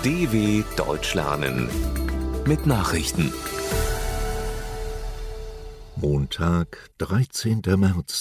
DW Deutsch lernen mit Nachrichten. Montag, 13. März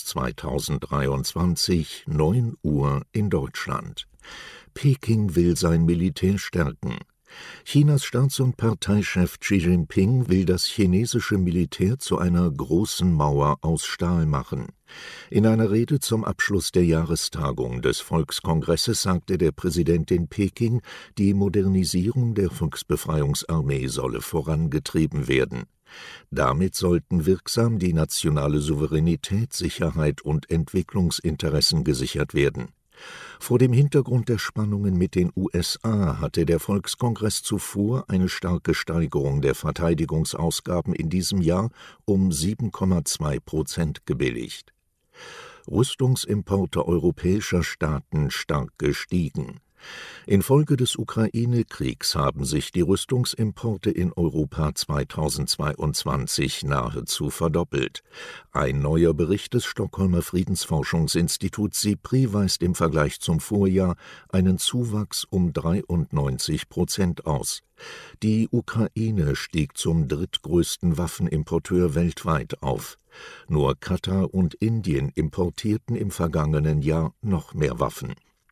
2023, 9 Uhr in Deutschland. Peking will sein Militär stärken. Chinas Staats- und Parteichef Xi Jinping will das chinesische Militär zu einer großen Mauer aus Stahl machen. In einer Rede zum Abschluss der Jahrestagung des Volkskongresses sagte der Präsident in Peking, die Modernisierung der Volksbefreiungsarmee solle vorangetrieben werden. Damit sollten wirksam die nationale Souveränität, Sicherheit und Entwicklungsinteressen gesichert werden. Vor dem Hintergrund der Spannungen mit den USA hatte der Volkskongress zuvor eine starke Steigerung der Verteidigungsausgaben in diesem Jahr um 7,2% gebilligt. Rüstungsimporte europäischer Staaten stark gestiegen. Infolge des Ukraine-Kriegs haben sich die Rüstungsimporte in Europa 2022 nahezu verdoppelt. Ein neuer Bericht des Stockholmer Friedensforschungsinstituts SIPRI weist im Vergleich zum Vorjahr einen Zuwachs um 93% aus. Die Ukraine stieg zum drittgrößten Waffenimporteur weltweit auf. Nur Katar und Indien importierten im vergangenen Jahr noch mehr Waffen.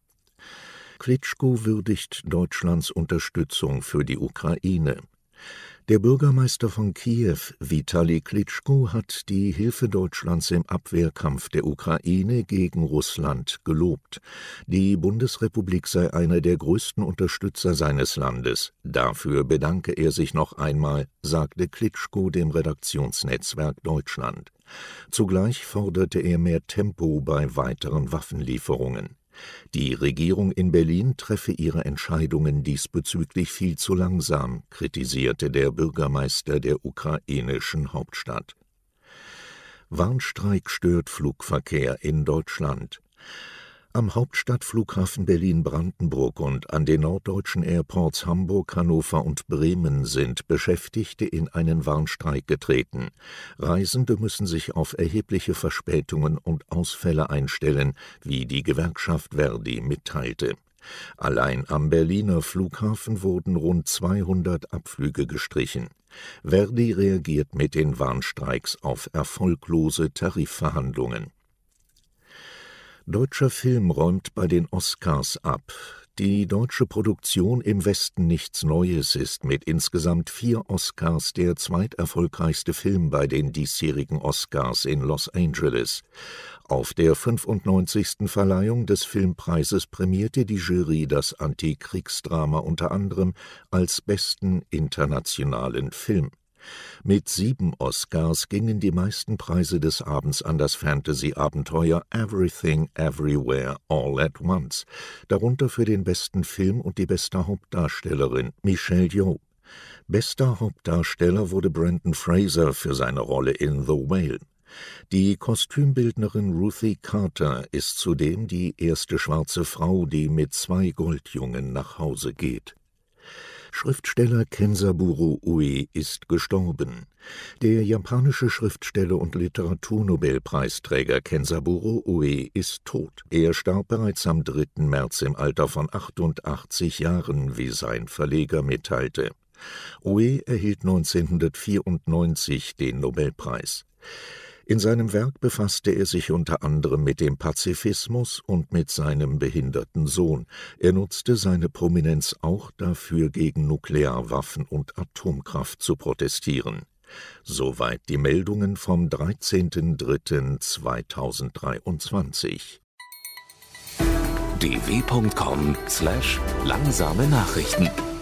Klitschko würdigt Deutschlands Unterstützung für die Ukraine. Der Bürgermeister von Kiew, Vitali Klitschko, hat die Hilfe Deutschlands im Abwehrkampf der Ukraine gegen Russland gelobt. Die Bundesrepublik sei einer der größten Unterstützer seines Landes. Dafür bedanke er sich noch einmal, sagte Klitschko dem Redaktionsnetzwerk Deutschland. Zugleich forderte er mehr Tempo bei weiteren Waffenlieferungen. Die Regierung in Berlin treffe ihre Entscheidungen diesbezüglich viel zu langsam, kritisierte der Bürgermeister der ukrainischen Hauptstadt. Warnstreik stört Flugverkehr in Deutschland. Am Hauptstadtflughafen Berlin-Brandenburg und an den norddeutschen Airports Hamburg, Hannover und Bremen sind Beschäftigte in einen Warnstreik getreten. Reisende müssen sich auf erhebliche Verspätungen und Ausfälle einstellen, wie die Gewerkschaft ver.di mitteilte. Allein am Berliner Flughafen wurden rund 200 Abflüge gestrichen. ver.di reagiert mit den Warnstreiks auf erfolglose Tarifverhandlungen. Deutscher Film räumt bei den Oscars ab. Die deutsche Produktion Im Westen nichts Neues ist mit insgesamt 4 Oscars der zweiterfolgreichste Film bei den diesjährigen Oscars in Los Angeles. Auf der 95. Verleihung des Filmpreises prämierte die Jury das Antikriegsdrama unter anderem als besten internationalen Film. Mit 7 Oscars gingen die meisten Preise des Abends an das Fantasy-Abenteuer Everything Everywhere All at Once, darunter für den besten Film und die beste Hauptdarstellerin Michelle Yeoh. Bester Hauptdarsteller wurde Brendan Fraser für seine Rolle in The Whale. Die Kostümbildnerin Ruthie Carter ist zudem die erste schwarze Frau, die mit 2 Goldjungen nach Hause geht. Schriftsteller Kenzaburo Ue ist gestorben. Der japanische Schriftsteller und Literaturnobelpreisträger Kenzaburo Ue ist tot. Er starb bereits am 3. März im Alter von 88 Jahren, wie sein Verleger mitteilte. Ue erhielt 1994 den Nobelpreis. In seinem Werk befasste er sich unter anderem mit dem Pazifismus und mit seinem behinderten Sohn. Er nutzte seine Prominenz auch dafür, gegen Nuklearwaffen und Atomkraft zu protestieren. Soweit die Meldungen vom 13.03.2023. dw.com/langsame Nachrichten